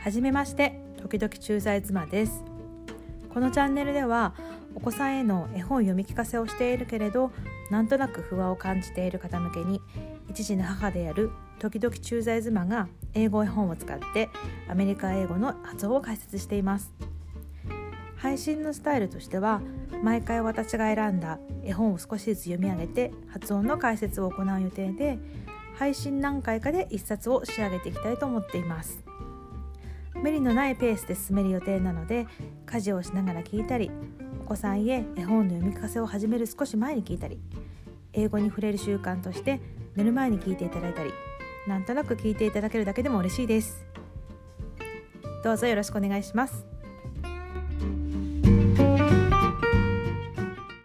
はじめまして、時々駐在妻です。このチャンネルではお子さんへの絵本読み聞かせをしているけれど、なんとなく不安を感じている方向けに、一児の母である時々駐在妻が英語絵本を使ってアメリカ英語の発音を解説しています。配信のスタイルとしては、毎回私が選んだ絵本を少しずつ読み上げて発音の解説を行う予定で、配信何回かで1冊を仕上げていきたいと思っています。無理のないペースで進める予定なので、家事をしながら聞いたり、お子さんへ絵本の読み聞かせを始める少し前に聞いたり、英語に触れる習慣として寝る前に聞いていただいたり、なんとなく聞いていただけるだけでも嬉しいです。どうぞよろしくお願いします。